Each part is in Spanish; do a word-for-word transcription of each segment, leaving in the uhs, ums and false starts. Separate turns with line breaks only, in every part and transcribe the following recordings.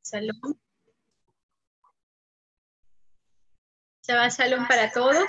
Shalom. Shabbat Shalom para todos.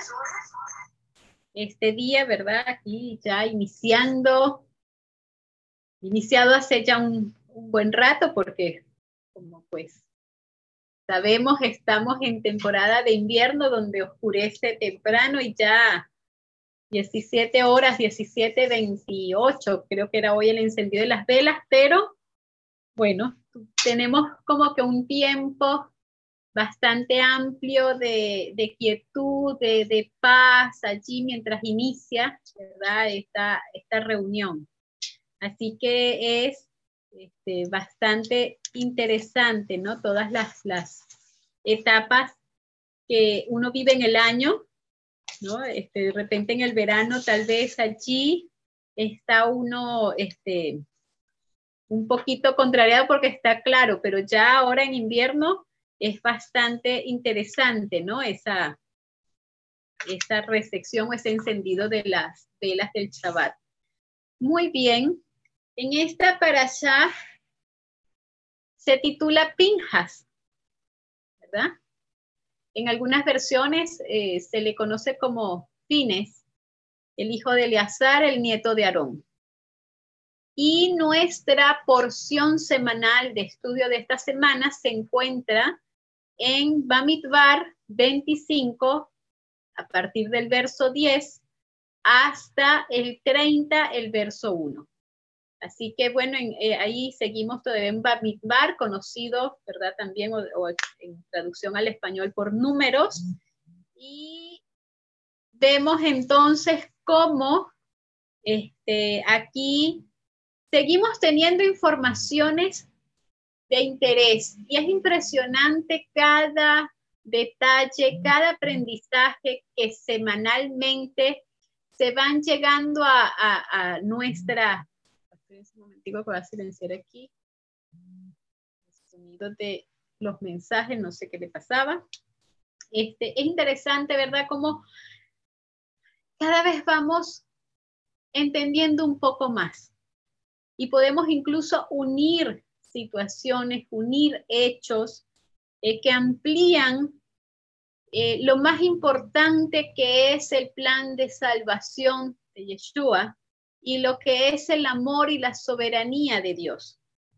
Este día, ¿verdad? Aquí ya iniciando, iniciado hace ya un, un buen rato porque, como pues sabemos, estamos en temporada de invierno donde oscurece temprano y ya diecisiete horas, diecisiete veintiocho, creo que era hoy el encendido de las velas, pero bueno, tenemos como que un tiempo bastante amplio de, de quietud, de, de paz allí mientras inicia, ¿verdad? Esta, esta reunión. Así que es este, bastante interesante, ¿no? Todas las, las etapas que uno vive en el año, ¿no? Este, de repente en el verano tal vez allí está uno este, un poquito contrariado porque está claro, pero ya ahora en invierno es bastante interesante, ¿no? Esa, esa recepción o ese encendido de las velas del Shabbat. Muy bien, en esta parashá se titula Pinjas, ¿verdad? En algunas versiones eh, se le conoce como Fines, el hijo de Eleazar, el nieto de Aarón. Y nuestra porción semanal de estudio de esta semana se encuentra en Bamidbar veinticinco, a partir del verso diez, hasta el treinta, el verso uno. Así que bueno, en, eh, ahí seguimos todavía en Bamidbar, conocido, ¿verdad? También, o, o en traducción al español, por números. Y vemos entonces cómo este, aquí seguimos teniendo informaciones de interés. Y es impresionante cada detalle, cada aprendizaje que semanalmente se van llegando a, a, a nuestra... Un momentico que voy a silenciar aquí. El sonido de los mensajes, no sé qué le pasaba. Este, es interesante, ¿verdad? Cómo cada vez vamos entendiendo un poco más. Y podemos incluso unir situaciones, unir hechos eh, que amplían eh, lo más importante que es el plan de salvación de Yeshua y lo que es el amor y la soberanía de Dios.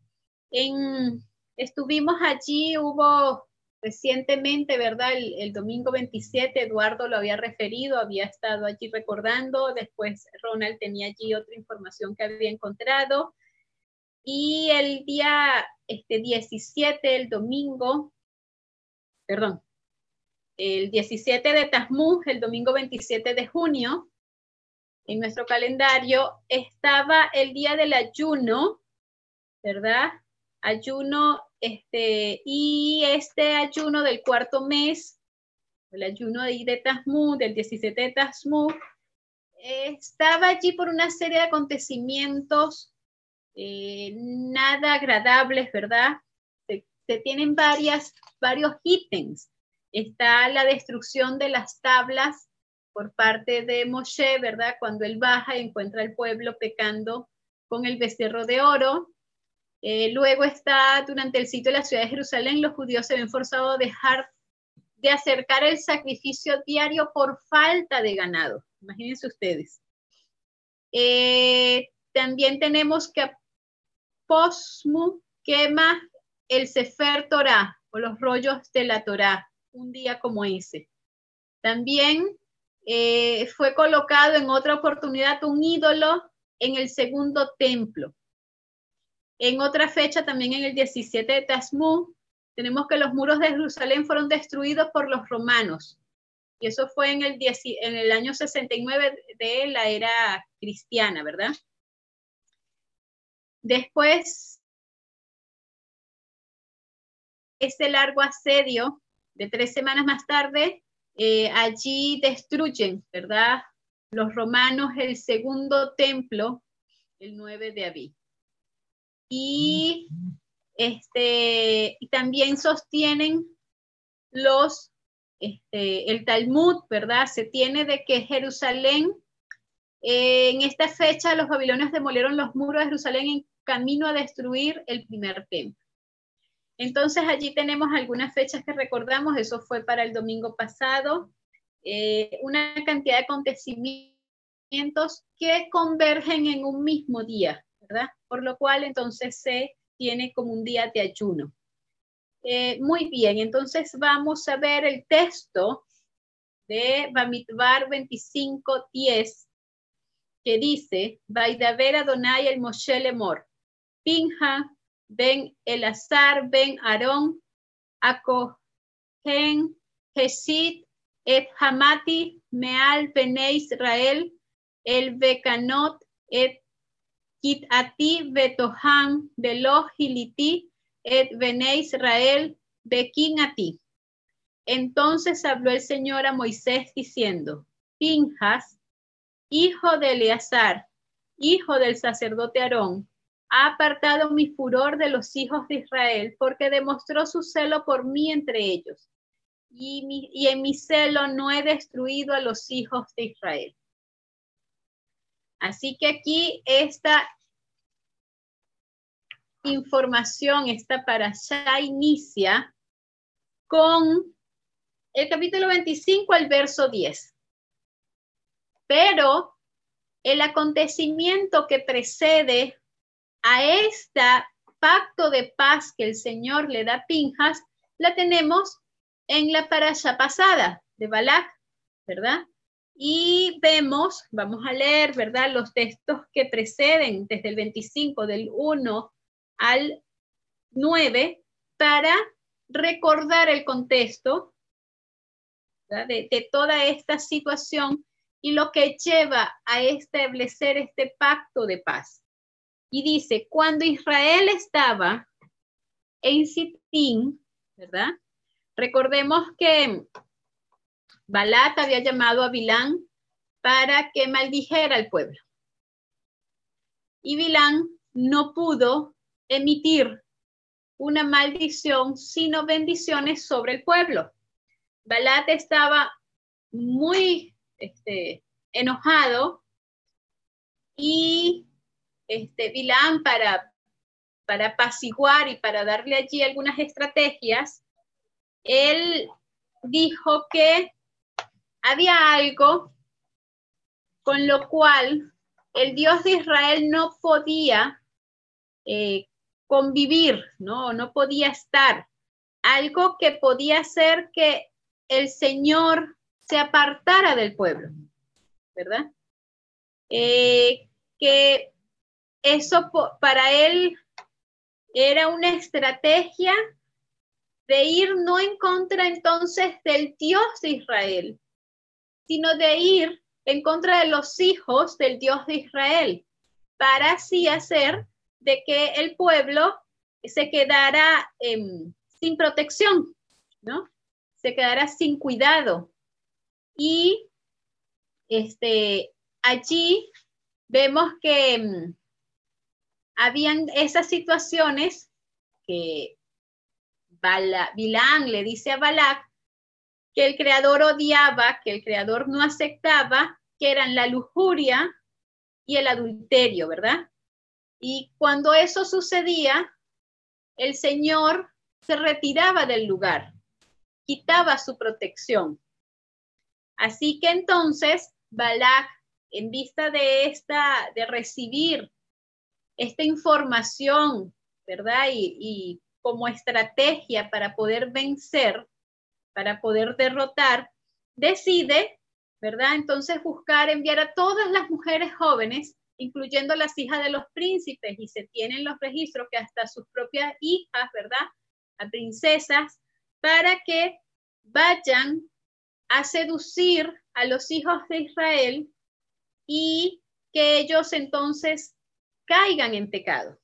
En, estuvimos allí, hubo recientemente, ¿verdad? El, el domingo veintisiete, Eduardo lo había referido, había estado allí recordando, después Ronald tenía allí otra información que había encontrado. Y el día este, diecisiete, el domingo, perdón, el diecisiete de Tammuz, el domingo veintisiete de junio, en nuestro calendario, estaba el día del ayuno, ¿verdad? Ayuno, este, y este ayuno del cuarto mes, el ayuno de, de Tammuz, del diecisiete de Tammuz, eh, estaba allí por una serie de acontecimientos Eh, nada agradables, ¿verdad? Se, se tienen varias, varios ítems. Está la destrucción de las tablas por parte de Moshe, ¿verdad? Cuando él baja y encuentra al pueblo pecando con el becerro de oro. Eh, luego está, durante el sitio de la ciudad de Jerusalén, los judíos se ven forzados a dejar de acercar el sacrificio diario por falta de ganado. Imagínense ustedes. Eh, también tenemos que Posmu quema el Sefer Torah o los rollos de la Torah, un día como ese. También eh, fue colocado en otra oportunidad un ídolo en el segundo templo. En otra fecha, también en el diecisiete de Tammuz, tenemos que los muros de Jerusalén fueron destruidos por los romanos. Y eso fue en el, en el año sesenta y nueve de la era cristiana, ¿verdad? Después, ese largo asedio de tres semanas más tarde, eh, allí destruyen, ¿verdad? Los romanos el segundo templo, el nueve de Abí. Y, este, y también sostienen los, este, el Talmud, ¿verdad? Se tiene de que Jerusalén, eh, en esta fecha los babilonios demolieron los muros de Jerusalén en camino a destruir el primer templo. Entonces allí tenemos algunas fechas que recordamos, eso fue para el domingo pasado, eh, una cantidad de acontecimientos que convergen en un mismo día, ¿verdad? Por lo cual entonces se tiene como un día de ayuno. Eh, muy bien, entonces vamos a ver el texto de Bamidbar veinticinco diez, que dice, Vaidaber Adonai el Moshe Lemor, Pinja ben Elazar ben Aarón, Acohen Hesid et Hamati meal bene Israel, el Becanot et Kitati betohan velo Hiliti et bene Israel bekinati. Entonces habló el Señor a Moisés diciendo, Pinjas, hijo de Eleazar, hijo del sacerdote Aarón, ha apartado mi furor de los hijos de Israel, porque demostró su celo por mí entre ellos. Y, mi, y en mi celo no he destruido a los hijos de Israel. Así que aquí esta información, esta parashá inicia con el capítulo veinticinco al verso diez. Pero el acontecimiento que precede a este pacto de paz que el Señor le da a Pinjas, la tenemos en la parasha pasada de Balac, ¿verdad? Y vemos, vamos a leer, ¿verdad? Los textos que preceden desde el veinticinco, del uno al nueve, para recordar el contexto, ¿verdad? De, de toda esta situación y lo que lleva a establecer este pacto de paz. Y dice, cuando Israel estaba en Sittim, ¿verdad? Recordemos que Balac había llamado a Bilán para que maldijera al pueblo. Y Bilán no pudo emitir una maldición, sino bendiciones sobre el pueblo. Balac estaba muy este, enojado y este, Bilán para, para apaciguar y para darle allí algunas estrategias, él dijo que había algo con lo cual el Dios de Israel no podía eh, convivir, ¿no? No podía estar. Algo que podía hacer que el Señor se apartara del pueblo, ¿verdad? Eh, que eso para él era una estrategia de ir no en contra entonces del Dios de Israel, sino de ir en contra de los hijos del Dios de Israel, para así hacer de que el pueblo se quedara eh, sin protección, ¿no? Se quedara sin cuidado. Y este, allí vemos que um, habían esas situaciones que Bala, Bilán le dice a Balac que el creador odiaba, que el creador no aceptaba, que eran la lujuria y el adulterio, ¿verdad? Y cuando eso sucedía, el Señor se retiraba del lugar, quitaba su protección. Así que entonces Balac, en vista de esta, de recibir esta información, ¿verdad? Y, y como estrategia para poder vencer, para poder derrotar, decide, ¿verdad? Entonces buscar enviar a todas las mujeres jóvenes, incluyendo las hijas de los príncipes, y se tienen los registros que hasta sus propias hijas, ¿verdad? A princesas, para que vayan a seducir a los hijos de Israel y que ellos entonces caigan en pecado.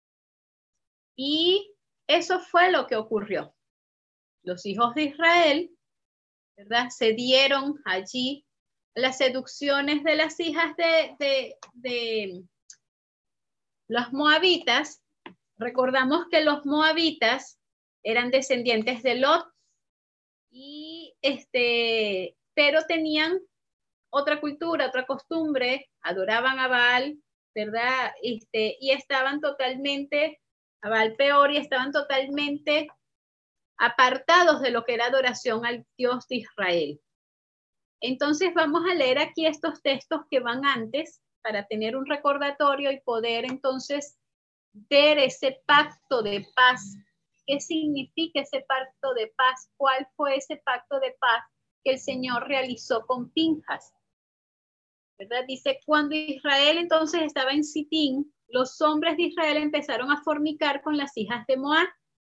Y eso fue lo que ocurrió. Los hijos de Israel, ¿verdad? Se dieron allí las seducciones de las hijas de, de, de los moabitas. Recordamos que los moabitas eran descendientes de Lot, y este, pero tenían otra cultura, otra costumbre, adoraban a Baal, ¿verdad? Este, y estaban totalmente a Baal Peor y estaban totalmente apartados de lo que era adoración al Dios de Israel. Entonces vamos a leer aquí estos textos que van antes para tener un recordatorio y poder entonces ver ese pacto de paz. ¿Qué significa ese pacto de paz? ¿Cuál fue ese pacto de paz que el Señor realizó con Pinjas? ¿Verdad? Dice, cuando Israel entonces estaba en Sitín, los hombres de Israel empezaron a fornicar con las hijas de Moab.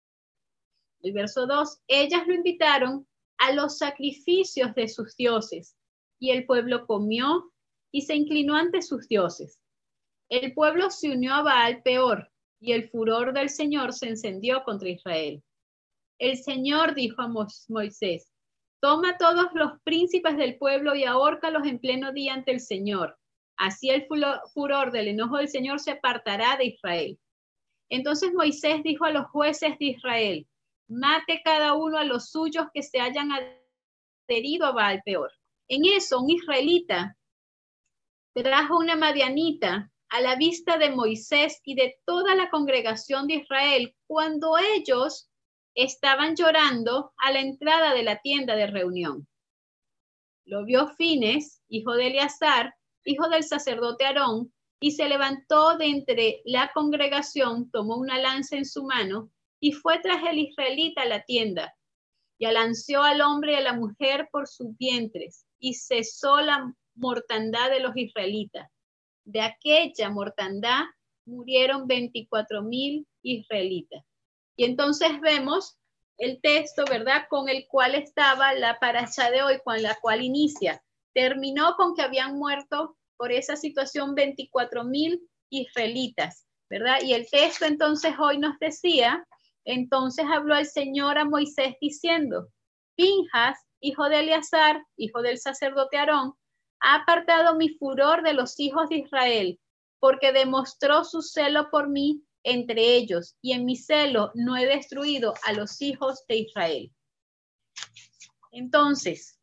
El verso dos, ellas lo invitaron a los sacrificios de sus dioses, y el pueblo comió y se inclinó ante sus dioses. El pueblo se unió a Baal Peor, y el furor del Señor se encendió contra Israel. El Señor dijo a Moisés, toma todos los príncipes del pueblo y ahórcalos en pleno día ante el Señor. Así el furor del enojo del Señor se apartará de Israel. Entonces Moisés dijo a los jueces de Israel, mate cada uno a los suyos que se hayan adherido a Baal Peor. En eso, un israelita trajo una madianita a la vista de Moisés y de toda la congregación de Israel cuando ellos estaban llorando a la entrada de la tienda de reunión. Lo vio Fines, hijo de Eleazar, hijo del sacerdote Aarón, y se levantó de entre la congregación, tomó una lanza en su mano y fue tras el israelita a la tienda, y alanceó al hombre y a la mujer por sus vientres, y cesó la mortandad de los israelitas. De aquella mortandad murieron veinticuatro mil israelitas. Y entonces vemos el texto, ¿verdad?, con el cual estaba la parashá de hoy, con la cual inicia. Terminó con que habían muerto por esa situación veinticuatro mil israelitas, ¿verdad? Y el texto entonces hoy nos decía, entonces habló el Señor a Moisés diciendo, Pinjas, hijo de Eleazar, hijo del sacerdote Aarón, ha apartado mi furor de los hijos de Israel, porque demostró su celo por mí entre ellos, y en mi celo no he destruido a los hijos de Israel. Entonces,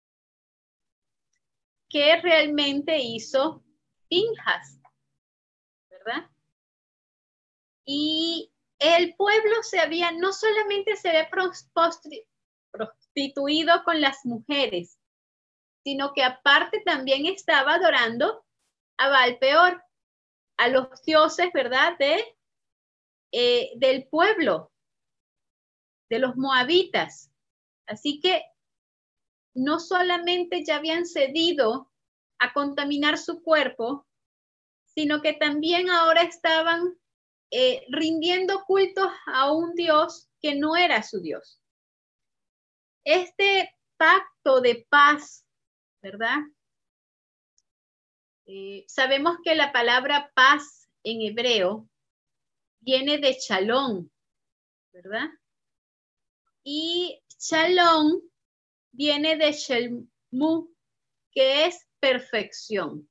¿qué realmente hizo Pinjas? ¿Verdad? Y el pueblo se había, no solamente se había prostituido con las mujeres, sino que aparte también estaba adorando a Baal Peor, a los dioses, ¿verdad?, de, eh, del pueblo, de los moabitas. Así que no solamente ya habían cedido a contaminar su cuerpo, sino que también ahora estaban eh, rindiendo cultos a un Dios que no era su Dios. Este pacto de paz, ¿verdad? Eh, sabemos que la palabra paz en hebreo viene de shalom, ¿verdad? Y shalom viene de shelmu, que es perfección.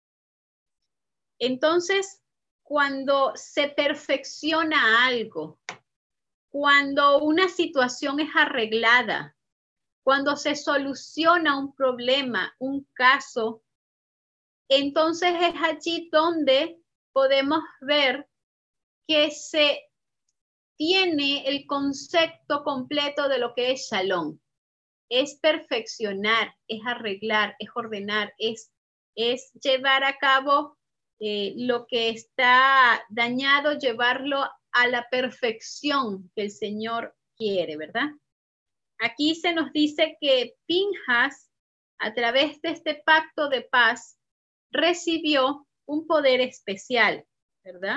Entonces, cuando se perfecciona algo, cuando una situación es arreglada, cuando se soluciona un problema, un caso, entonces es allí donde podemos ver que se tiene el concepto completo de lo que es shalom. Es perfeccionar, es arreglar, es ordenar, es, es llevar a cabo eh, lo que está dañado, llevarlo a la perfección que el Señor quiere, ¿verdad? Aquí se nos dice que Pinjas, a través de este pacto de paz, recibió un poder especial, ¿verdad?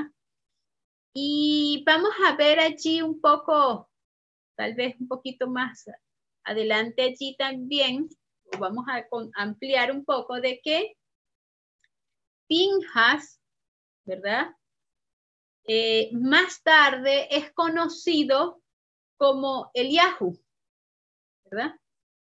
Y vamos a ver allí un poco, tal vez un poquito más adelante allí también, vamos a ampliar un poco de que Pinjas, ¿verdad? Eh, más tarde es conocido como Eliahu, ¿verdad?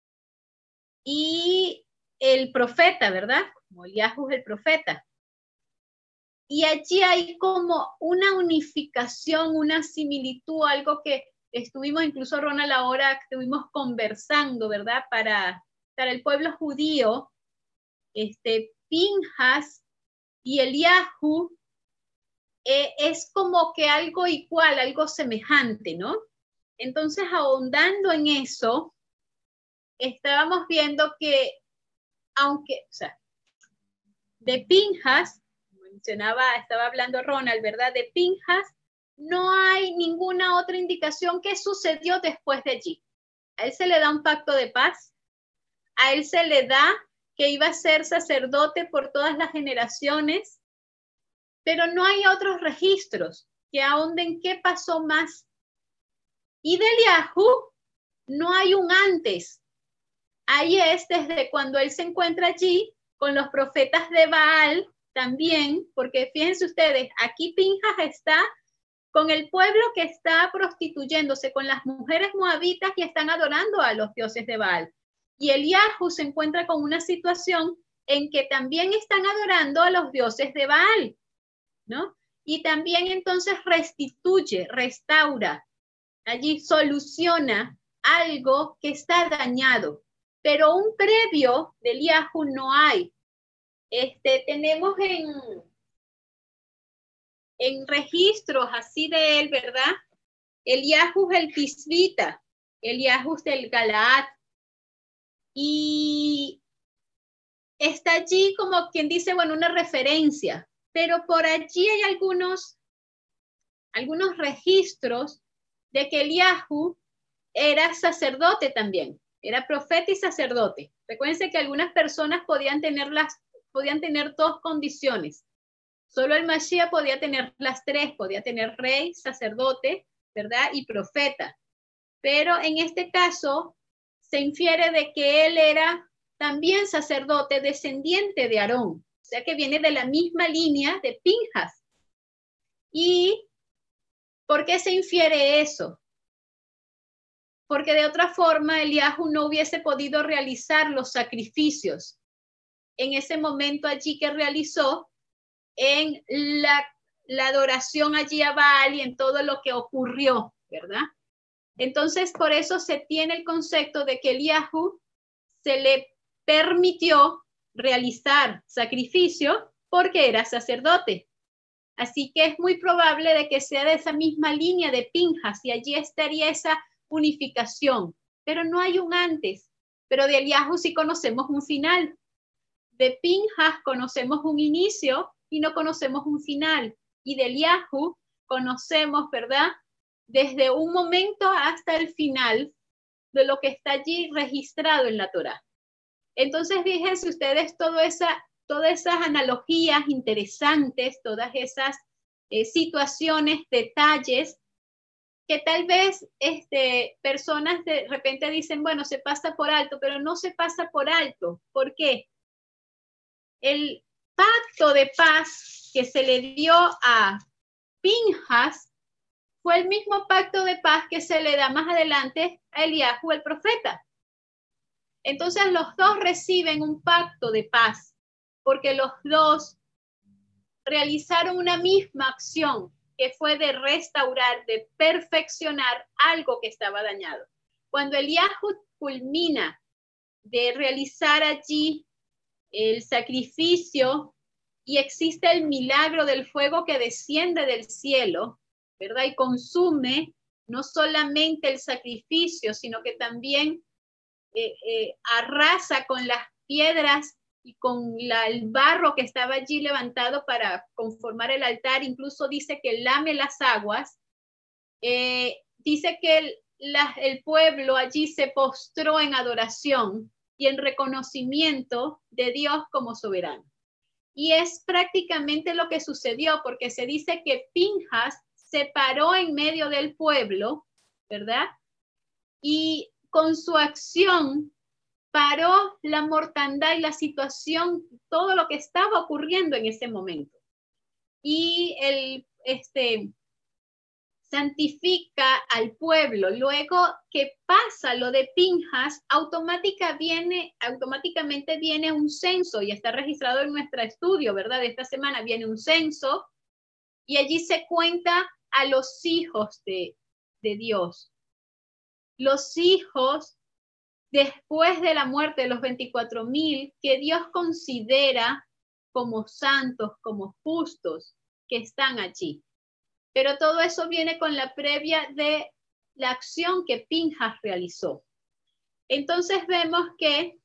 Y el profeta, ¿verdad? Como Eliahu es el profeta. Y allí hay como una unificación, una similitud, algo que estuvimos, incluso Ronald ahora estuvimos conversando, ¿verdad? Para, para el pueblo judío, este, Pinjas y Eliahu eh, es como que algo igual, algo semejante, ¿no? Entonces, ahondando en eso, estábamos viendo que, aunque, o sea, de Pinhas, mencionaba, estaba hablando Ronald, ¿verdad? De Pinhas, no hay ninguna otra indicación que sucedió después de allí. A él se le da un pacto de paz, a él se le da que iba a ser sacerdote por todas las generaciones, pero no hay otros registros que ahonden qué pasó más. Y de Eliahu no hay un antes. Ahí es desde cuando él se encuentra allí con los profetas de Baal también, porque fíjense ustedes, aquí Pinhas está con el pueblo que está prostituyéndose, con las mujeres moabitas que están adorando a los dioses de Baal. Y Eliahu se encuentra con una situación en que también están adorando a los dioses de Baal, ¿no? Y también entonces restituye, restaura, allí soluciona algo que está dañado. Pero un previo de Eliahu no hay. Este, tenemos en, en registros así de él, ¿verdad? Eliahu el Tisbita, Eliahu del Galaad, y está allí como quien dice, bueno, una referencia, pero por allí hay algunos, algunos registros de que Eliahu era sacerdote también, era profeta y sacerdote. Recuérdense que algunas personas podían tener, las, podían tener dos condiciones. Solo el Mashiach podía tener las tres, podía tener rey, sacerdote, ¿verdad? Y profeta. Pero en este caso se infiere de que él era también sacerdote, descendiente de Aarón, o sea que viene de la misma línea de Pinhas. ¿Y por qué se infiere eso? Porque de otra forma Eliahu no hubiese podido realizar los sacrificios en ese momento allí que realizó en la, la adoración allí a Baal y en todo lo que ocurrió, ¿verdad? Entonces, por eso se tiene el concepto de que Eliahu se le permitió realizar sacrificio porque era sacerdote. Así que es muy probable de que sea de esa misma línea de Pinhas y allí estaría esa unificación. Pero no hay un antes. Pero de Eliahu sí conocemos un final. De Pinhas conocemos un inicio y no conocemos un final. Y de Eliahu conocemos, ¿verdad?, desde un momento hasta el final de lo que está allí registrado en la Torá. Entonces, fíjense ustedes todo esa, todas esas analogías interesantes, todas esas eh, situaciones, detalles, que tal vez este, personas de repente dicen, bueno, se pasa por alto, pero no se pasa por alto. ¿Por qué? El pacto de paz que se le dio a Pinhas fue el mismo pacto de paz que se le da más adelante a Eliahu el profeta. Entonces los dos reciben un pacto de paz porque los dos realizaron una misma acción que fue de restaurar, de perfeccionar algo que estaba dañado. Cuando Eliahu culmina de realizar allí el sacrificio y existe el milagro del fuego que desciende del cielo, ¿verdad? Y consume no solamente el sacrificio, sino que también eh, eh, arrasa con las piedras y con la, el barro que estaba allí levantado para conformar el altar. Incluso dice que lame las aguas. Eh, dice que el, la, el pueblo allí se postró en adoración y en reconocimiento de Dios como soberano. Y es prácticamente lo que sucedió, porque se dice que Pinhas se paró en medio del pueblo, ¿verdad? Y con su acción paró la mortandad y la situación, todo lo que estaba ocurriendo en ese momento. Y el, este, santifica al pueblo. Luego que pasa lo de Pinhas, automática viene, automáticamente viene un censo y está registrado en nuestro estudio, ¿verdad? Esta semana viene un censo y allí se cuenta a los hijos de, de Dios. Los hijos después de la muerte de los veinticuatro mil que Dios considera como santos, como justos. que están allí. Pero todo eso viene con la previa de la acción que Pinjas realizó. Entonces vemos que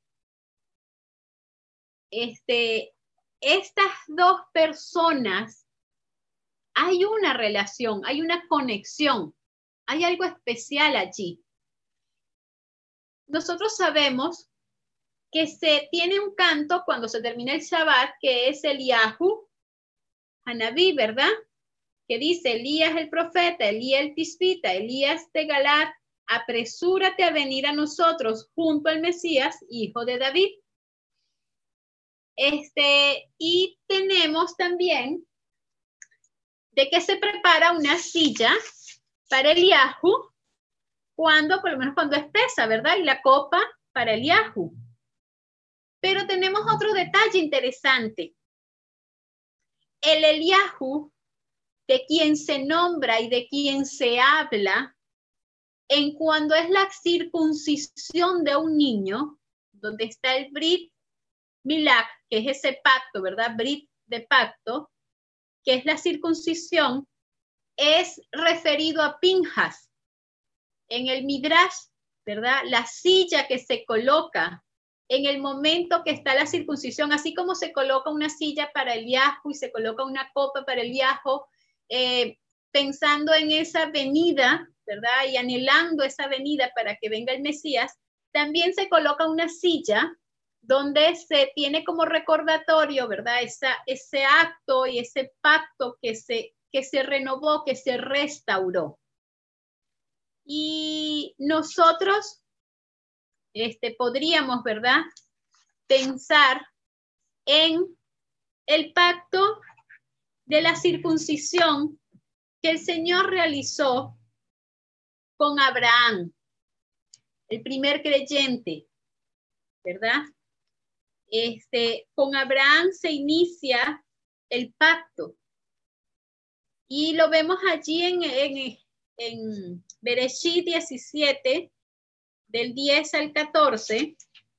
este, estas dos personas, hay una relación, hay una conexión, hay algo especial allí. Nosotros sabemos que se tiene un canto cuando se termina el Shabbat, que es Eliyahu Hanabí, ¿verdad? Que dice, Elías el profeta, Elías el tisbita, Elías de Galat, apresúrate a venir a nosotros junto al Mesías, hijo de David. Este, y tenemos también de que se prepara una silla para Eliyahu, cuando, por lo menos cuando es pesa, ¿verdad? Y la copa para Eliyahu. Pero tenemos otro detalle interesante. El Eliyahu, de quien se nombra y de quien se habla, en cuando es la circuncisión de un niño, donde está el Brit Milak, que es ese pacto, ¿verdad? Brit de pacto, que es la circuncisión, es referido a Pinjas. En el Midrash, ¿verdad? La silla que se coloca en el momento que está la circuncisión, así como se coloca una silla para el Eliyahu y se coloca una copa para el Eliyahu, eh, pensando en esa venida, ¿verdad? Y anhelando esa venida para que venga el Mesías, también se coloca una silla donde se tiene como recordatorio, ¿verdad? Esa, ese acto y ese pacto que se, que se renovó, que se restauró. Y nosotros este, podríamos, ¿verdad?, pensar en el pacto de la circuncisión que el Señor realizó con Abraham, el primer creyente, ¿verdad? Este, con Abraham se inicia el pacto y lo vemos allí en, en, en Bereshit diecisiete, del diez al catorce.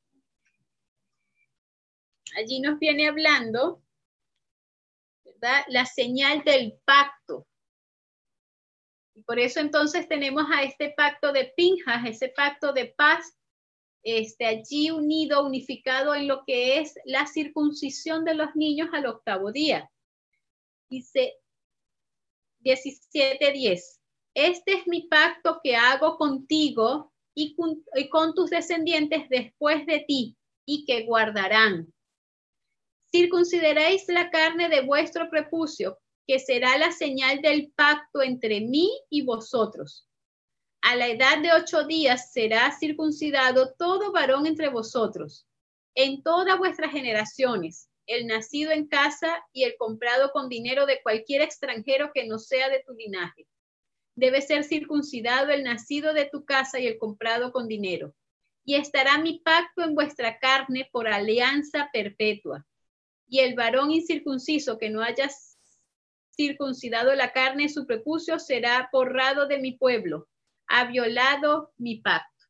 Allí nos viene hablando, ¿verdad?, la señal del pacto. Y por eso entonces tenemos a este pacto de Pinjas, ese pacto de paz, este, allí unido, unificado en lo que es la circuncisión de los niños al octavo día. Dice diecisiete diez. Este es mi pacto que hago contigo y con, y con tus descendientes después de ti, y que guardarán. Circuncidaréis la carne de vuestro prepucio, que será la señal del pacto entre mí y vosotros. A la edad de ocho días será circuncidado todo varón entre vosotros, en todas vuestras generaciones, el nacido en casa y el comprado con dinero de cualquier extranjero que no sea de tu linaje. Debe ser circuncidado el nacido de tu casa y el comprado con dinero. Y estará mi pacto en vuestra carne por alianza perpetua. Y el varón incircunciso que no haya circuncidado la carne en su prepucio será borrado de mi pueblo. Ha violado mi pacto.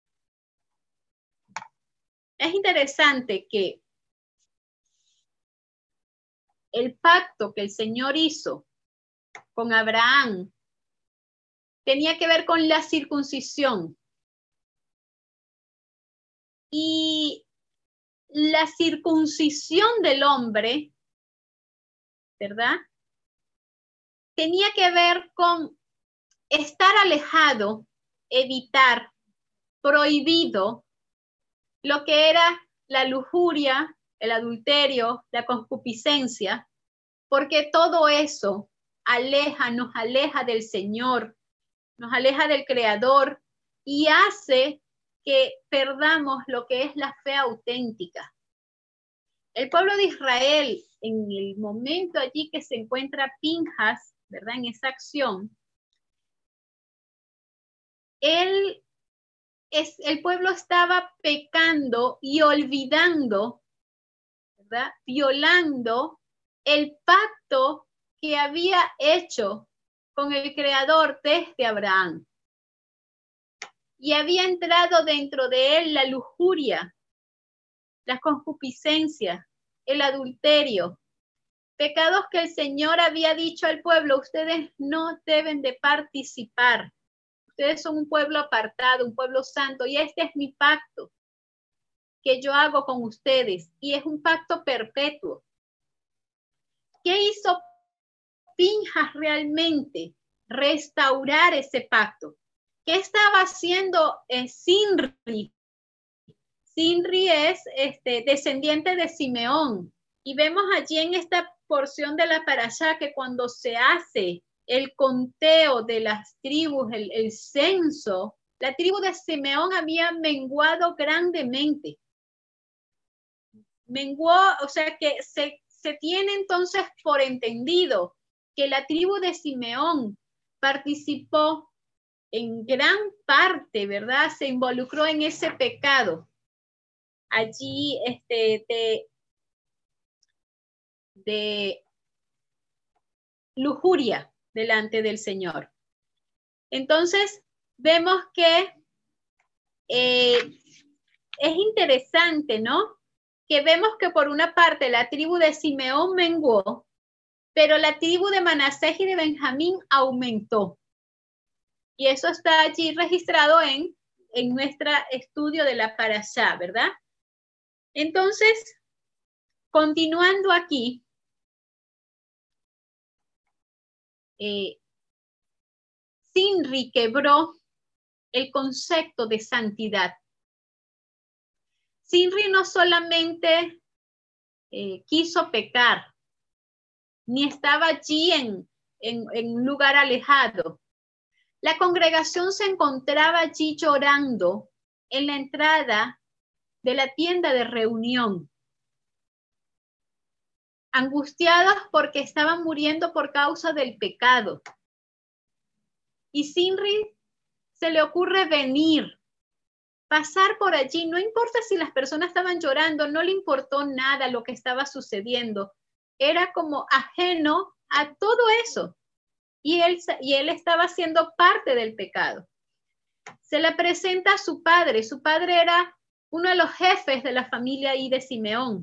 Es interesante que el pacto que el Señor hizo con Abraham tenía que ver con la circuncisión. Y la circuncisión del hombre, ¿verdad?, tenía que ver con estar alejado, evitar, prohibido lo que era la lujuria, el adulterio, la concupiscencia, porque todo eso aleja, nos aleja del Señor, nos aleja del Creador y hace que perdamos lo que es la fe auténtica. El pueblo de Israel, en el momento allí que se encuentra Pinjas, ¿verdad?, en esa acción, él es, el pueblo estaba pecando y olvidando, ¿verdad?, violando el pacto que había hecho con el Creador desde Abraham. Y había entrado dentro de él la lujuria, la concupiscencia, el adulterio. pecados que el Señor había dicho al pueblo, ustedes no deben de participar. Ustedes son un pueblo apartado, un pueblo santo, y este es mi pacto que yo hago con ustedes, y es un pacto perpetuo. ¿Qué hizo Pinhas realmente? Restaurar ese pacto. ¿Qué estaba haciendo eh, Sinri? Sinri es este, descendiente de Simeón. Y vemos allí en esta porción de la parashá que cuando se hace el conteo de las tribus, el, el censo, la tribu de Simeón había menguado grandemente. Menguó, o sea que se, se tiene entonces por entendido que la tribu de Simeón participó en gran parte, ¿verdad? Se involucró en ese pecado. Allí, este, de, de lujuria delante del Señor. Entonces, vemos que eh, es interesante, ¿no? Que vemos que por una parte la tribu de Simeón menguó, pero la tribu de Manasés y de Benjamín aumentó. Y eso está allí registrado en, en nuestro estudio de la parashá, ¿verdad? Entonces, continuando aquí, eh, Sinri quebró el concepto de santidad. Sinri no solamente eh, quiso pecar, ni estaba allí en, en, en un lugar alejado. La congregación se encontraba allí llorando en la entrada de la tienda de reunión, angustiados porque estaban muriendo por causa del pecado. Y Sinri se le ocurre venir, pasar por allí, no importa si las personas estaban llorando, no le importó nada lo que estaba sucediendo, era como ajeno a todo eso, y él, y él estaba siendo parte del pecado. Se le presenta a su padre, su padre era uno de los jefes de la familia ahí de Simeón,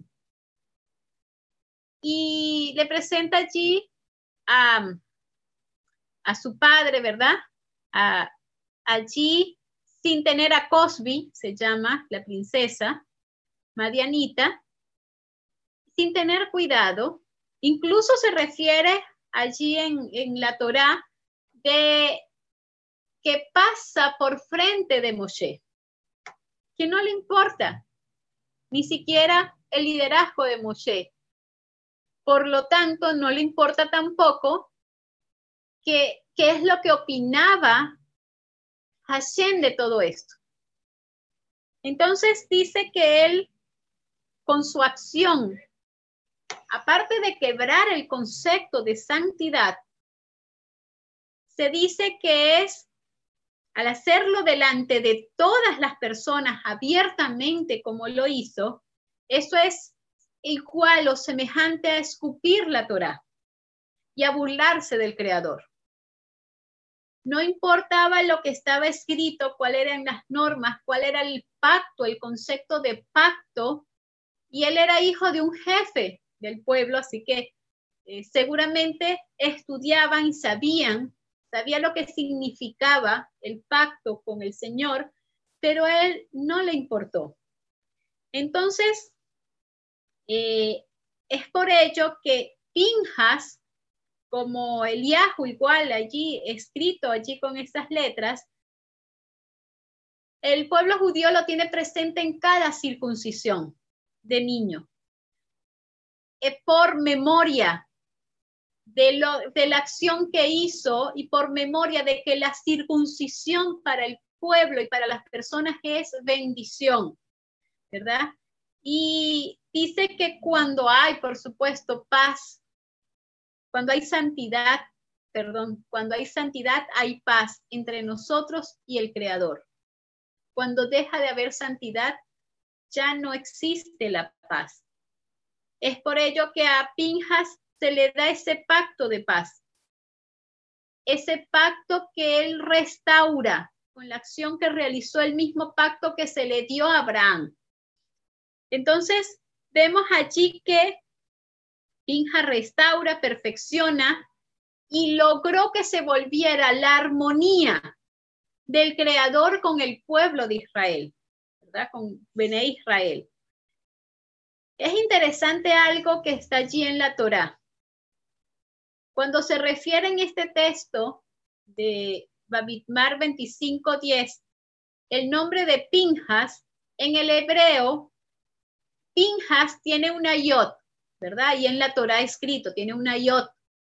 y le presenta allí a, a su padre, ¿verdad? A, allí, sin tener a Cosbi, se llama la princesa Madianita, sin tener cuidado, incluso se refiere allí en, en la Torá de que pasa por frente de Moshe, que no le importa ni siquiera el liderazgo de Moshe. Por lo tanto, no le importa tampoco qué es lo que opinaba Hashem de todo esto. Entonces dice que él, con su acción, aparte de quebrar el concepto de santidad, se dice que es, al hacerlo delante de todas las personas abiertamente como lo hizo, eso es igual o semejante a escupir la Torá y a burlarse del Creador. No importaba lo que estaba escrito, cuáles eran las normas, cuál era el pacto, el concepto de pacto, y él era hijo de un jefe del pueblo, así que eh, seguramente estudiaban y sabían, sabía lo que significaba el pacto con el Señor, pero a él no le importó. Entonces, eh, es por ello que Pinhas, como Eliahu, igual allí, escrito allí con estas letras, el pueblo judío lo tiene presente en cada circuncisión de niño, eh, por memoria de, lo, de la acción que hizo y por memoria de que la circuncisión para el pueblo y para las personas es bendición, ¿verdad? Y dice que cuando hay, por supuesto, paz, cuando hay santidad, perdón, cuando hay santidad hay paz entre nosotros y el Creador. Cuando deja de haber santidad, ya no existe la paz. Es por ello que a Pinhas se le da ese pacto de paz. Ese pacto que él restaura con la acción que realizó, el mismo pacto que se le dio a Abraham. Entonces, vemos allí que Pinja restaura, perfecciona y logró que se volviera la armonía del Creador con el pueblo de Israel, ¿verdad? Con Bené Israel. Es interesante algo que está allí en la Torá. Cuando se refiere en este texto de Bamidbar veinticinco diez, el nombre de Pinjas, en el hebreo, Pinjas tiene una yod, ¿verdad? Y en la Torá escrito, tiene una yod.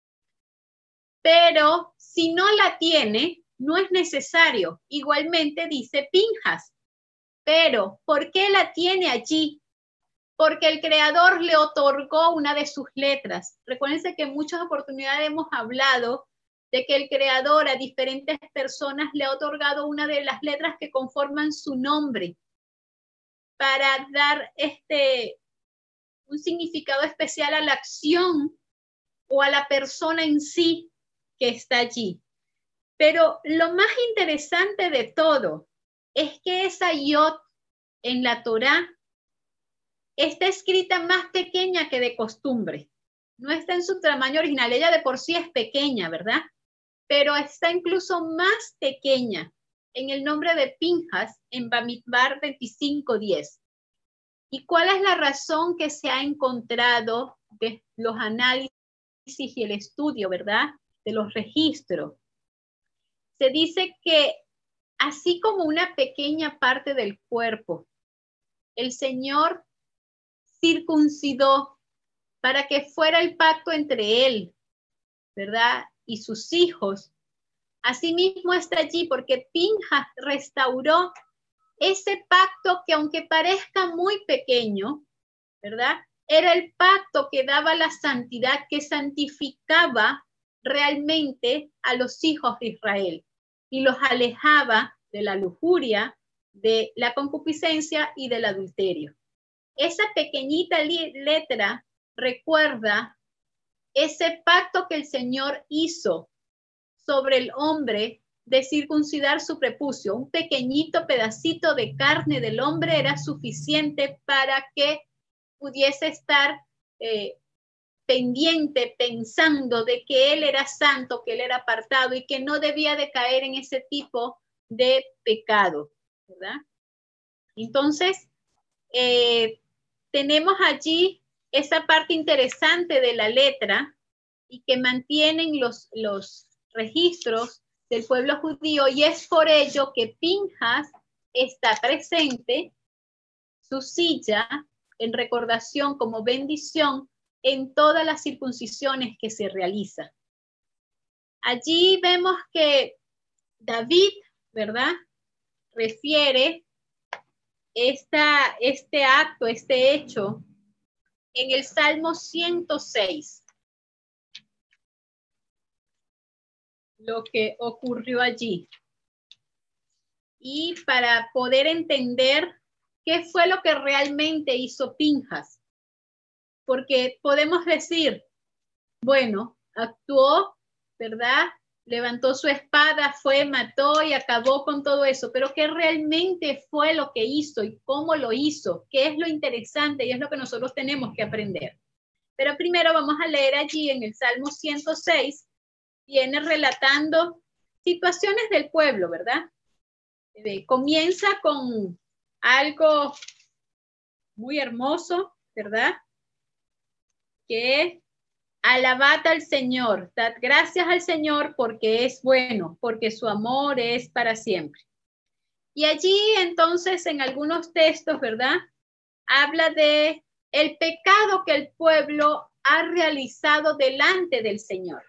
Pero si no la tiene, no es necesario. Igualmente dice Pinjas. Pero, ¿por qué la tiene allí? Porque el Creador le otorgó una de sus letras. Recuérdense que en muchas oportunidades hemos hablado de que el Creador a diferentes personas le ha otorgado una de las letras que conforman su nombre para dar este, un significado especial a la acción o a la persona en sí que está allí. Pero lo más interesante de todo es que esa yod en la Torá está escrita más pequeña que de costumbre. No está en su tamaño original. Ella de por sí es pequeña, ¿verdad? Pero está incluso más pequeña en el nombre de Pinjas en Bamidbar veinticinco diez. ¿Y cuál es la razón que se ha encontrado de los análisis y el estudio, ¿verdad? De los registros? Se dice que así como una pequeña parte del cuerpo, el Señor circuncidó para que fuera el pacto entre él, ¿verdad? Y sus hijos. Asimismo está allí porque Pinjas restauró ese pacto que aunque parezca muy pequeño, ¿verdad? Era el pacto que daba la santidad, que santificaba realmente a los hijos de Israel y los alejaba de la lujuria, de la concupiscencia y del adulterio. Esa pequeñita letra recuerda ese pacto que el Señor hizo sobre el hombre de circuncidar su prepucio. Un pequeñito pedacito de carne del hombre era suficiente para que pudiese estar eh, pendiente, pensando de que él era santo, que él era apartado y que no debía de caer en ese tipo de pecado, ¿verdad? Entonces, eh, tenemos allí esa parte interesante de la letra y que mantienen los, los registros del pueblo judío, y es por ello que Pinjas está presente, su silla, en recordación como bendición en todas las circuncisiones que se realizan. Allí vemos que David, ¿verdad?, refiere esta, este acto, este hecho, en el Salmo ciento seis. Lo que ocurrió allí. Y para poder entender qué fue lo que realmente hizo Pinjas. Porque podemos decir, bueno, actuó, ¿verdad? Levantó su espada, fue, mató y acabó con todo eso. Pero ¿qué realmente fue lo que hizo y cómo lo hizo? ¿Qué es lo interesante? Y es lo que nosotros tenemos que aprender. Pero primero vamos a leer allí en el Salmo ciento seis, viene relatando situaciones del pueblo, ¿verdad? Eh, comienza con algo muy hermoso, ¿verdad? Que es alabad al Señor, dad gracias al Señor porque es bueno, porque su amor es para siempre. Y allí entonces en algunos textos, ¿verdad?, habla de el pecado que el pueblo ha realizado delante del Señor.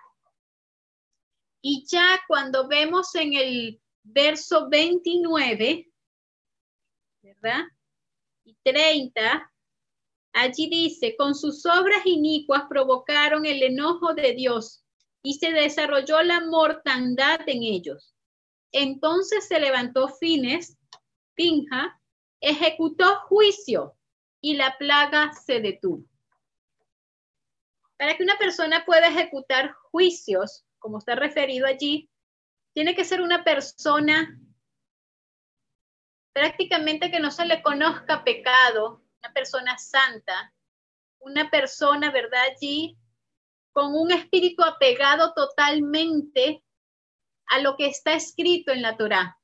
Y ya cuando vemos en el verso veintinueve, ¿verdad?, y treinta, allí dice, con sus obras inicuas provocaron el enojo de Dios y se desarrolló la mortandad en ellos. Entonces se levantó Fines, Pinja, ejecutó juicio y la plaga se detuvo. Para que una persona pueda ejecutar juicios, como está referido allí, tiene que ser una persona prácticamente que no se le conozca pecado, una persona santa, una persona, ¿verdad? Allí con un espíritu apegado totalmente a lo que está escrito en la Torá.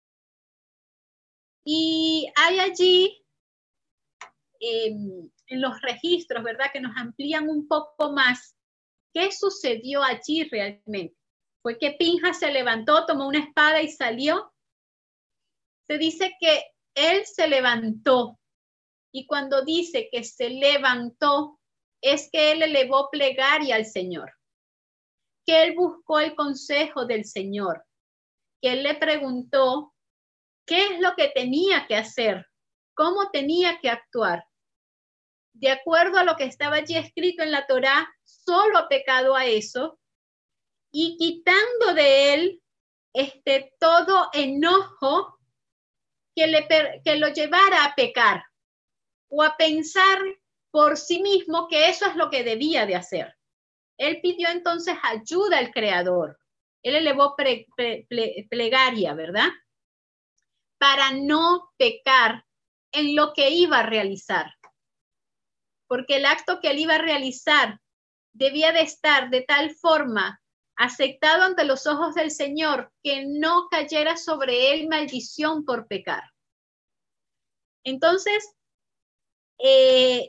Y hay allí eh, en los registros, ¿verdad? Que nos amplían un poco más qué sucedió allí realmente. Fue que Pinjas se levantó, tomó una espada y salió. Se dice que él se levantó, y cuando dice que se levantó, es que él elevó plegaria al Señor, que él buscó el consejo del Señor, que él le preguntó qué es lo que tenía que hacer, cómo tenía que actuar. De acuerdo a lo que estaba allí escrito en la Torá, solo ha pecado a eso, y quitando de él este, todo enojo que, le, que lo llevara a pecar o a pensar por sí mismo que eso es lo que debía de hacer. Él pidió entonces ayuda al Creador. Él elevó pre, pre, ple, plegaria, ¿verdad? Para no pecar en lo que iba a realizar. Porque el acto que él iba a realizar debía de estar de tal forma aceptado ante los ojos del Señor que no cayera sobre él maldición por pecar. Entonces, eh,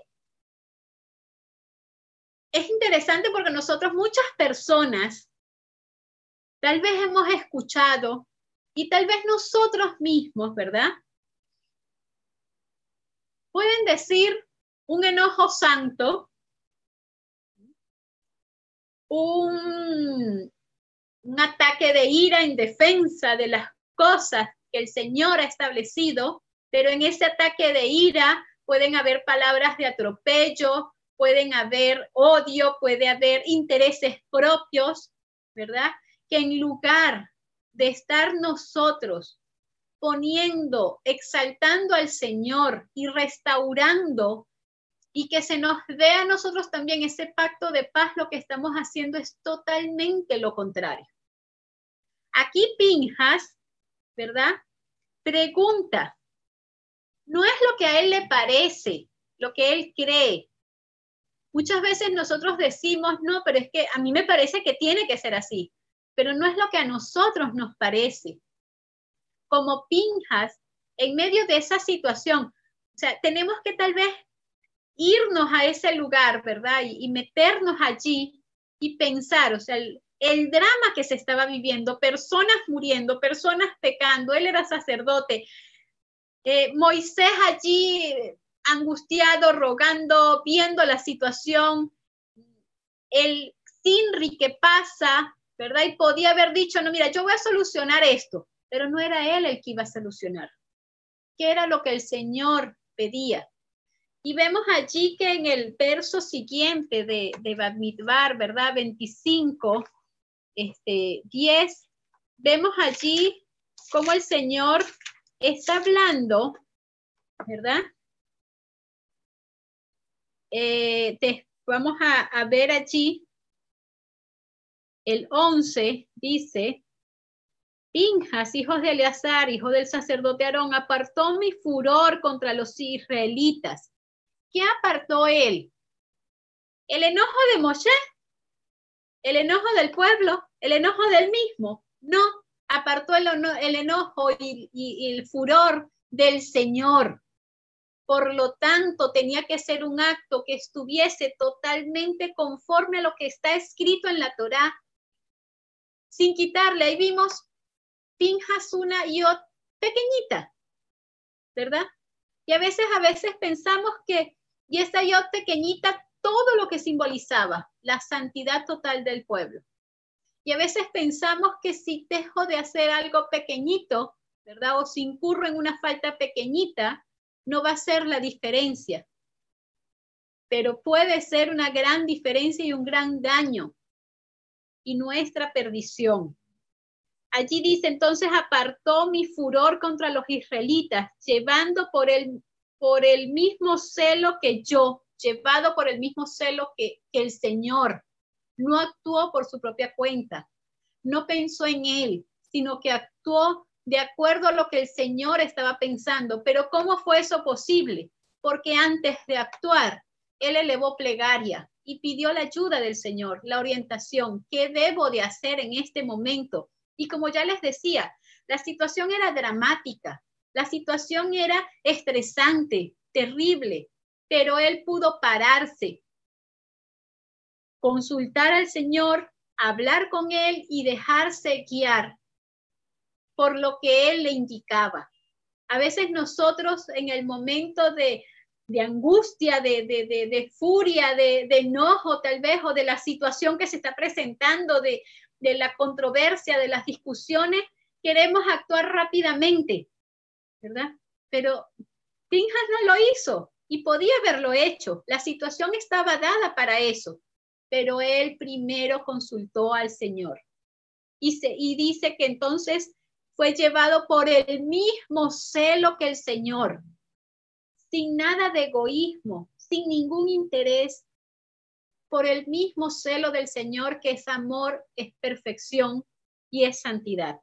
es interesante porque nosotros, muchas personas, tal vez hemos escuchado, y tal vez nosotros mismos, ¿verdad? Pueden decir un enojo santo, un, un ataque de ira en defensa de las cosas que el Señor ha establecido, pero en ese ataque de ira pueden haber palabras de atropello, pueden haber odio, puede haber intereses propios, ¿verdad? Que en lugar de estar nosotros poniendo, exaltando al Señor y restaurando, y que se nos dé a nosotros también ese pacto de paz, lo que estamos haciendo es totalmente lo contrario. Aquí Pinjas, ¿verdad? Pregunta, no es lo que a él le parece, lo que él cree. Muchas veces nosotros decimos, no, pero es que a mí me parece que tiene que ser así, pero no es lo que a nosotros nos parece. Como Pinjas, en medio de esa situación, o sea, tenemos que tal vez irnos a ese lugar, ¿verdad? Y, y meternos allí y pensar, o sea, el, el drama que se estaba viviendo, personas muriendo, personas pecando, él era sacerdote, eh, Moisés allí angustiado, rogando, viendo la situación, el Sinri que pasa, ¿verdad? Y podía haber dicho, no, mira, yo voy a solucionar esto, pero no era él el que iba a solucionar. ¿Qué era lo que el Señor pedía? Y vemos allí que en el verso siguiente de, de Bamidbar, ¿verdad? veinticinco, este, diez, vemos allí cómo el Señor está hablando, ¿verdad? Eh, te, vamos a, a ver allí, el once dice, Pinjas, hijos de Eleazar, hijo del sacerdote Aarón, apartó mi furor contra los israelitas. ¿Qué apartó él? ¿El enojo de Moshe? ¿El enojo del pueblo? ¿El enojo del mismo? No, apartó el, el enojo y, y, y el furor del Señor. Por lo tanto, tenía que ser un acto que estuviese totalmente conforme a lo que está escrito en la Torá, sin quitarle. Ahí vimos Pinjas una yod pequeñita, ¿verdad? Y a veces, a veces pensamos que, y esa yod pequeñita, todo lo que simbolizaba la santidad total del pueblo. Y a veces pensamos que si dejo de hacer algo pequeñito, ¿verdad? O si incurro en una falta pequeñita, no va a ser la diferencia. Pero puede ser una gran diferencia y un gran daño y nuestra perdición. Allí dice, entonces apartó mi furor contra los israelitas, llevando por el, por el mismo celo que yo, llevado por el mismo celo que, que el Señor. No actuó por su propia cuenta, no pensó en él, sino que actuó de acuerdo a lo que el Señor estaba pensando. Pero ¿cómo fue eso posible? Porque antes de actuar, él elevó plegaria y pidió la ayuda del Señor, la orientación. ¿Qué debo de hacer en este momento? Y como ya les decía, la situación era dramática, la situación era estresante, terrible, pero él pudo pararse, consultar al Señor, hablar con él y dejarse guiar por lo que él le indicaba. A veces nosotros en el momento de, de angustia, de, de, de, de furia, de, de enojo tal vez, o de la situación que se está presentando, de, de la controversia, de las discusiones, queremos actuar rápidamente, ¿verdad? Pero Pinhas no lo hizo y podía haberlo hecho. La situación estaba dada para eso, pero él primero consultó al Señor. Y, se, y dice que entonces fue llevado por el mismo celo que el Señor, sin nada de egoísmo, sin ningún interés, por el mismo celo del Señor, que es amor, es perfección y es santidad.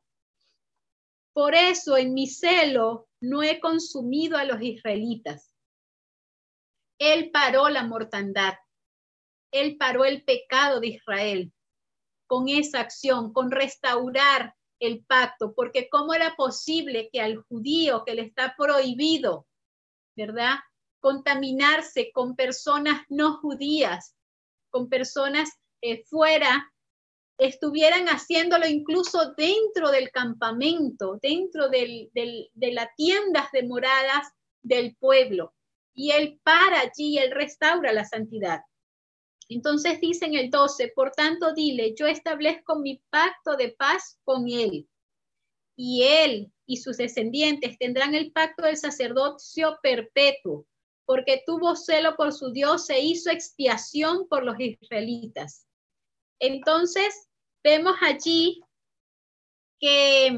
Por eso en mi celo no he consumido a los israelitas. Él paró la mortandad, él paró el pecado de Israel con esa acción, con restaurar el pacto, porque cómo era posible que al judío que le está prohibido, ¿verdad?, contaminarse con personas no judías, con personas eh, fuera, estuvieran haciéndolo incluso dentro del campamento, dentro del, del, de las tiendas de moradas del pueblo. Y él para allí, él restaura la santidad. Entonces dice en el doce, por tanto dile, yo establezco mi pacto de paz con él, y él y sus descendientes tendrán el pacto del sacerdocio perpetuo, porque tuvo celo por su Dios e hizo expiación por los israelitas. Entonces vemos allí que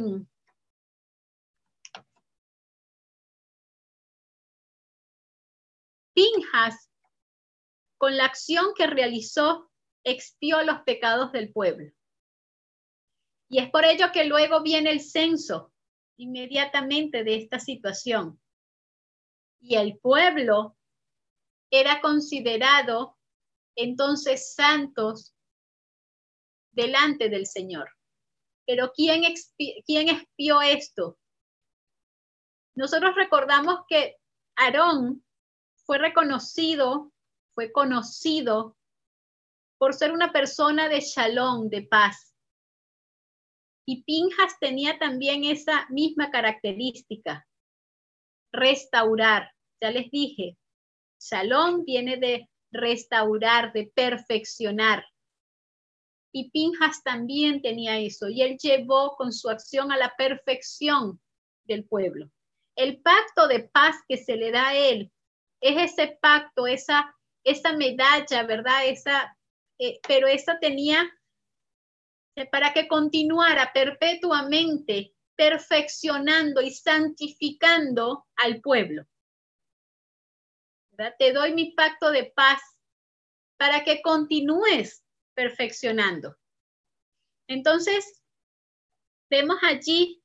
Pinhas, con la acción que realizó, expió los pecados del pueblo. Y es por ello que luego viene el censo inmediatamente de esta situación. Y el pueblo era considerado entonces santos delante del Señor. Pero ¿quién, expi quién expió esto? Nosotros recordamos que Aarón fue reconocido, fue conocido por ser una persona de shalom, de paz. Y Pinhas tenía también esa misma característica, restaurar. Ya les dije, shalom viene de restaurar, de perfeccionar. Y Pinhas también tenía eso, y él llevó con su acción a la perfección del pueblo. El pacto de paz que se le da a él es ese pacto, esa, esa medalla, ¿verdad? Esa, eh, pero esa tenía eh, para que continuara perpetuamente perfeccionando y santificando al pueblo. ¿Verdad? Te doy mi pacto de paz para que continúes perfeccionando. Entonces, vemos allí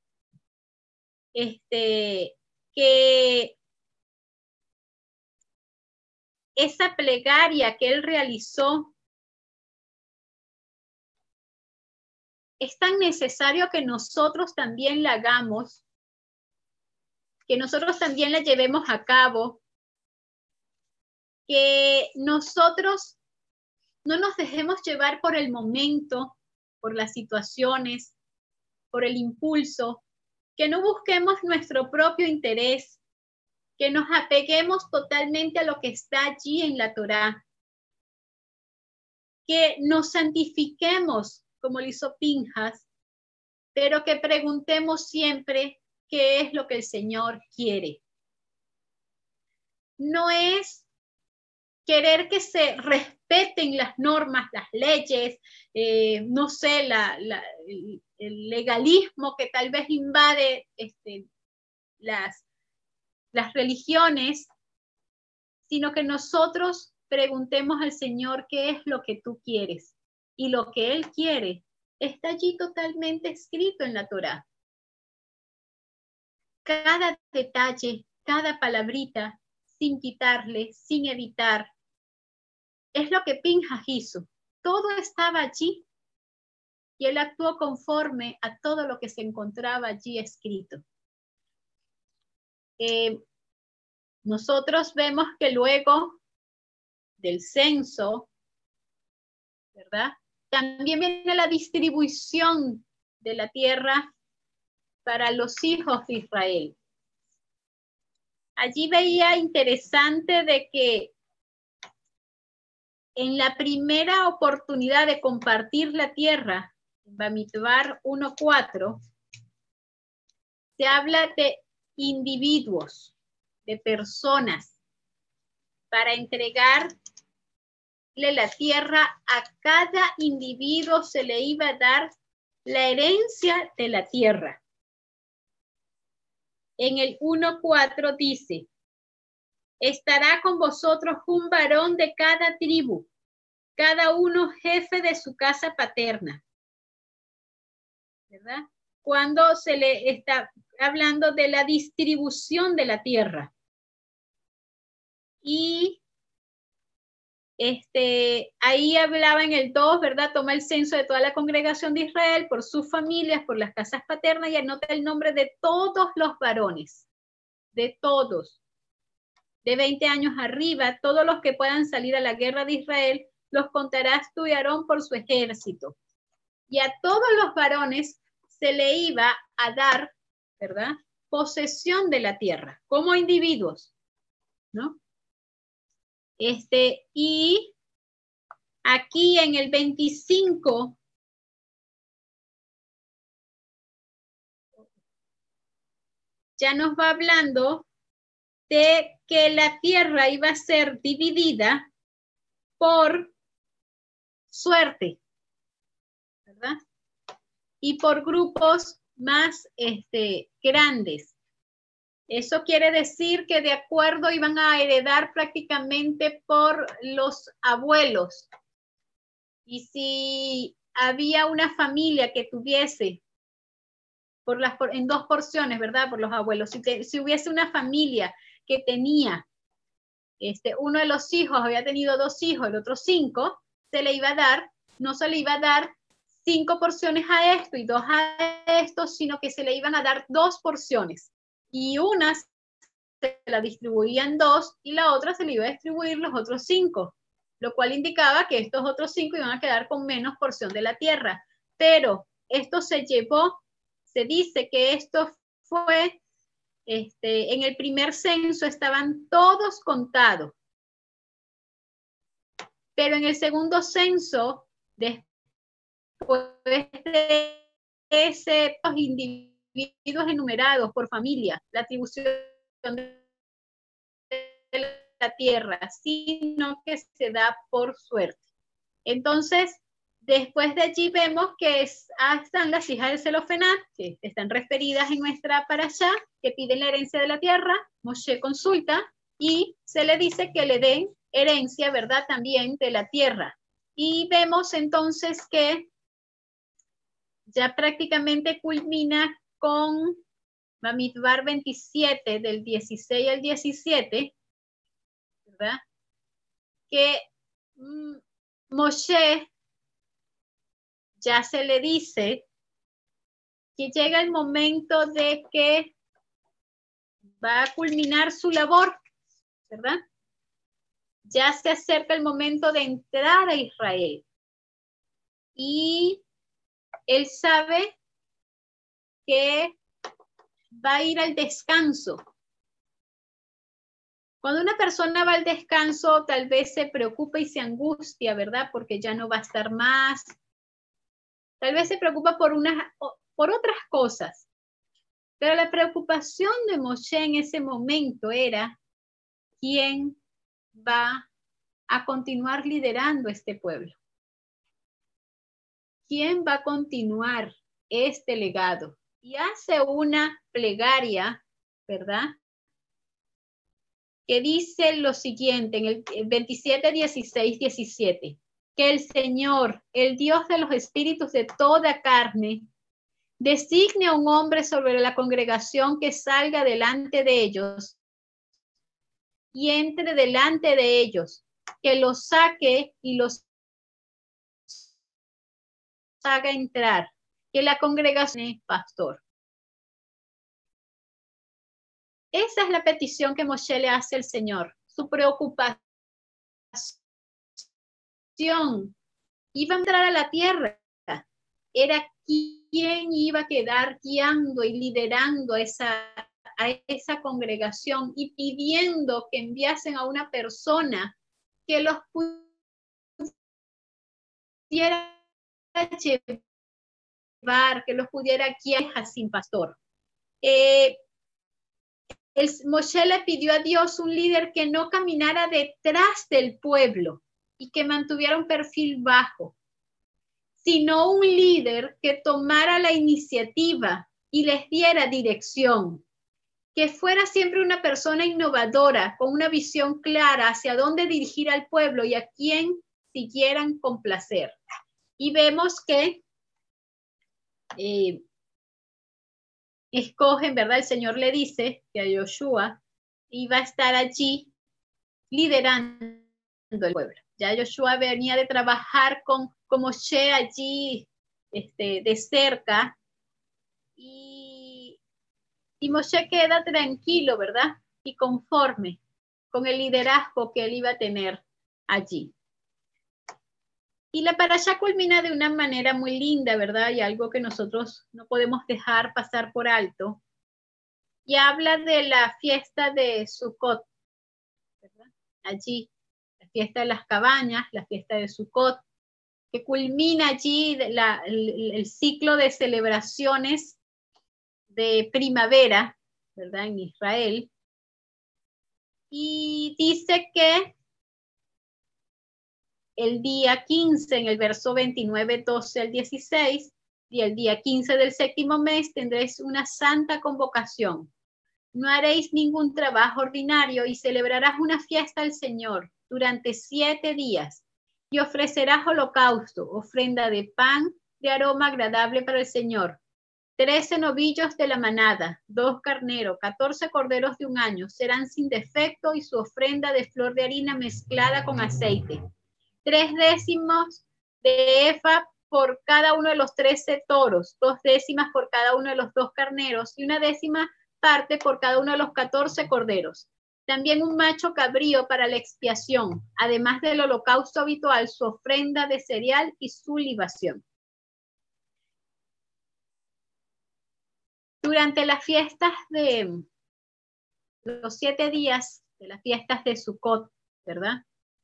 este, que esa plegaria que él realizó es tan necesario que nosotros también la hagamos, que nosotros también la llevemos a cabo, que nosotros no nos dejemos llevar por el momento, por las situaciones, por el impulso, que no busquemos nuestro propio interés, que nos apeguemos totalmente a lo que está allí en la Torá, que nos santifiquemos como lo hizo Pinhas, pero que preguntemos siempre qué es lo que el Señor quiere. No es querer que se respeten las normas, las leyes, eh, no sé, la, la, el, el legalismo que tal vez invade este, las, las religiones, sino que nosotros preguntemos al Señor qué es lo que tú quieres. Y lo que Él quiere está allí totalmente escrito en la Torá. Cada detalle, cada palabrita, sin quitarle, sin evitar, es lo que Pinjas hizo. Todo estaba allí y él actuó conforme a todo lo que se encontraba allí escrito. Eh, nosotros vemos que luego del censo, ¿verdad? También viene la distribución de la tierra para los hijos de Israel. Allí veía interesante de que en la primera oportunidad de compartir la tierra, en Bamidbar uno cuatro, se habla de individuos, de personas, para entregarle la tierra. A cada individuo se le iba a dar la herencia de la tierra. En el uno cuatro dice, estará con vosotros un varón de cada tribu, cada uno jefe de su casa paterna. ¿Verdad? Cuando se le está hablando de la distribución de la tierra. Y este, ahí hablaba en el dos, ¿verdad? Toma el censo de toda la congregación de Israel por sus familias, por las casas paternas, y anota el nombre de todos los varones, de todos, de veinte años arriba, todos los que puedan salir a la guerra de Israel, los contarás tú y Aarón por su ejército. Y a todos los varones se le iba a dar, ¿verdad?, posesión de la tierra, como individuos, ¿no? Este, y aquí en el veinticinco, ya nos va hablando de que la tierra iba a ser dividida por suerte, ¿verdad? Y por grupos más este, grandes. Eso quiere decir que de acuerdo iban a heredar prácticamente por los abuelos. Y si había una familia que tuviese por las, por, en dos porciones, ¿verdad? Por los abuelos. Si, te, si hubiese una familia que tenía, este, uno de los hijos había tenido dos hijos, el otro cinco, se le iba a dar, no se le iba a dar cinco porciones a esto y dos a esto, sino que se le iban a dar dos porciones. Y una se la distribuían dos y la otra se le iba a distribuir los otros cinco, lo cual indicaba que estos otros cinco iban a quedar con menos porción de la tierra. Pero esto se llevó, se dice que esto fue, este, en el primer censo estaban todos contados, pero en el segundo censo, después de ese, los individuos enumerados por familia, la atribución de la tierra, sino que se da por suerte. Entonces, después de allí vemos que es, ah, están las hijas de Zelofenat, que están referidas en nuestra parashá, que piden la herencia de la tierra. Moshe consulta y se le dice que le den herencia, ¿verdad?, también de la tierra. Y vemos entonces que ya prácticamente culmina con Bamidbar veintisiete, del dieciséis al diecisiete, ¿verdad? Que mmm, Moshe ya se le dice que llega el momento de que va a culminar su labor, ¿verdad? Ya se acerca el momento de entrar a Israel. Y él sabe que va a ir al descanso. Cuando una persona va al descanso, tal vez se preocupa y se angustia, ¿verdad? Porque ya no va a estar más. Tal vez se preocupa por, unas, por otras cosas. Pero la preocupación de Moshe en ese momento era quién va a continuar liderando este pueblo. ¿Quién va a continuar este legado? Y hace una plegaria, ¿verdad?, que dice lo siguiente en el veintisiete, dieciséis, diecisiete, que el Señor, el Dios de los espíritus de toda carne, designe a un hombre sobre la congregación que salga delante de ellos y entre delante de ellos que los saque y los haga entrar, que la congregación es pastor. Esa es la petición que Moshe le hace al Señor. Su preocupación iba a entrar a la tierra. Era quien iba a quedar guiando y liderando a esa, a esa congregación y pidiendo que enviasen a una persona que los pudiera llevar, que los pudiera guiar sin pastor. Eh, el, Moshe le pidió a Dios un líder que no caminara detrás del pueblo y que mantuviera un perfil bajo, sino un líder que tomara la iniciativa y les diera dirección, que fuera siempre una persona innovadora, con una visión clara hacia dónde dirigir al pueblo y a quién siguieran complacer. Y vemos que eh, escogen, ¿verdad? El Señor le dice que a Yoshua iba a estar allí liderando el pueblo. Ya Yoshua venía de trabajar con, con Moshe allí este, de cerca y, y Moshe queda tranquilo, ¿verdad? Y conforme con el liderazgo que él iba a tener allí. Y la parashá culmina de una manera muy linda, ¿verdad? Y algo que nosotros no podemos dejar pasar por alto. Y habla de la fiesta de Sukkot, ¿verdad? Allí, la fiesta de las cabañas, la fiesta de Sukkot, que culmina allí la, el, el ciclo de celebraciones de primavera, ¿verdad? En Israel. Y dice que el día quince, en el verso veintinueve, doce al dieciséis, y el día quince del séptimo mes tendréis una santa convocación. No haréis ningún trabajo ordinario y celebrarás una fiesta al Señor durante siete días y ofrecerás holocausto, ofrenda de pan de aroma agradable para el Señor. Trece novillos de la manada, dos carneros, catorce corderos de un año, serán sin defecto y su ofrenda de flor de harina mezclada con aceite. Tres décimos de efa por cada uno de los trece toros, dos décimas por cada uno de los dos carneros y una décima parte por cada uno de los catorce corderos. También un macho cabrío para la expiación, además del holocausto habitual, su ofrenda de cereal y su libación. Durante las fiestas de los siete días de las fiestas de Sukkot, ¿verdad?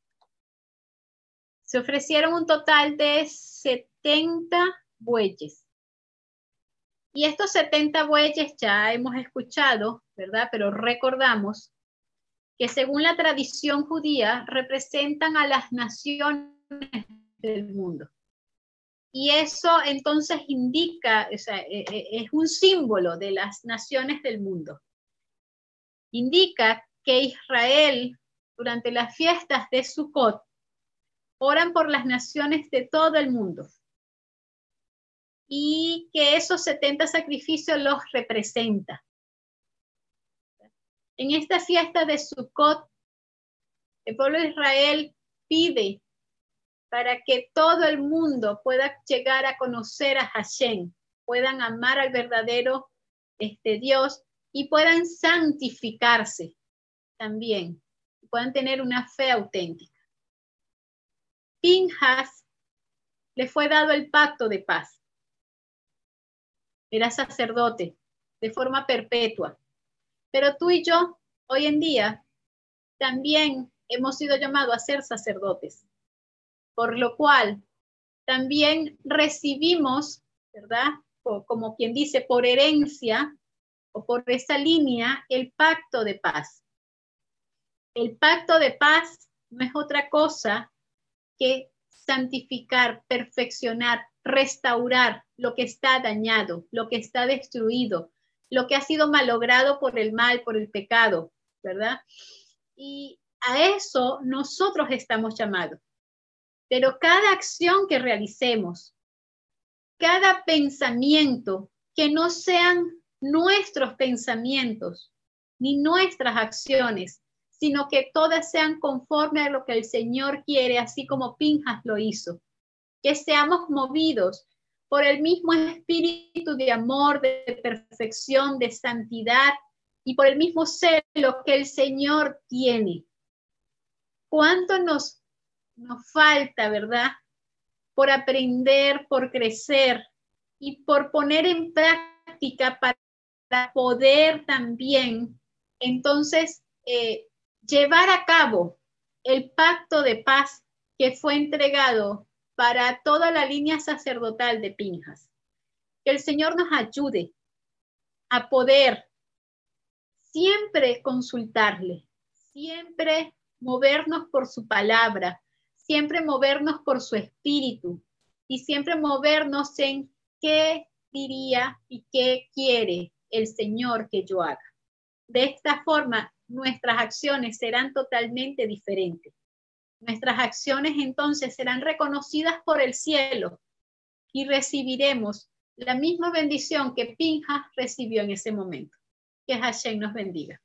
Se ofrecieron un total de setenta bueyes. Y estos setenta bueyes ya hemos escuchado, ¿verdad? Pero recordamos que según la tradición judía representan a las naciones del mundo. Y eso entonces indica, o sea, es un símbolo de las naciones del mundo. Indica que Israel, durante las fiestas de Sukkot, oran por las naciones de todo el mundo. Y que esos setenta sacrificios los representa. En esta fiesta de Sukkot, el pueblo de Israel pide para que todo el mundo pueda llegar a conocer a Hashem, puedan amar al verdadero este, Dios y puedan santificarse también, puedan tener una fe auténtica. Pinhas le fue dado el pacto de paz. Era sacerdote de forma perpetua. Pero tú y yo, hoy en día, también hemos sido llamados a ser sacerdotes. Por lo cual, también recibimos, ¿verdad? O, como quien dice, por herencia o por esa línea, el pacto de paz. El pacto de paz no es otra cosa que santificar, perfeccionar, restaurar lo que está dañado, lo que está destruido, lo que ha sido malogrado por el mal, por el pecado, ¿verdad? Y a eso nosotros estamos llamados. Pero cada acción que realicemos, cada pensamiento, que no sean nuestros pensamientos ni nuestras acciones, sino que todas sean conforme a lo que el Señor quiere, así como Pinjas lo hizo. Que seamos movidos por el mismo espíritu de amor, de perfección, de santidad y por el mismo celo que el Señor tiene. ¿Cuánto nos, nos falta, verdad? Por aprender, por crecer y por poner en práctica para poder también, entonces, eh, llevar a cabo el pacto de paz que fue entregado para toda la línea sacerdotal de Pinjas. Que el Señor nos ayude a poder siempre consultarle, siempre movernos por su palabra, siempre movernos por su espíritu y siempre movernos en qué diría y qué quiere el Señor que yo haga. De esta forma, nuestras acciones serán totalmente diferentes. Nuestras acciones entonces serán reconocidas por el cielo y recibiremos la misma bendición que Pinjas recibió en ese momento. Que Hashem nos bendiga.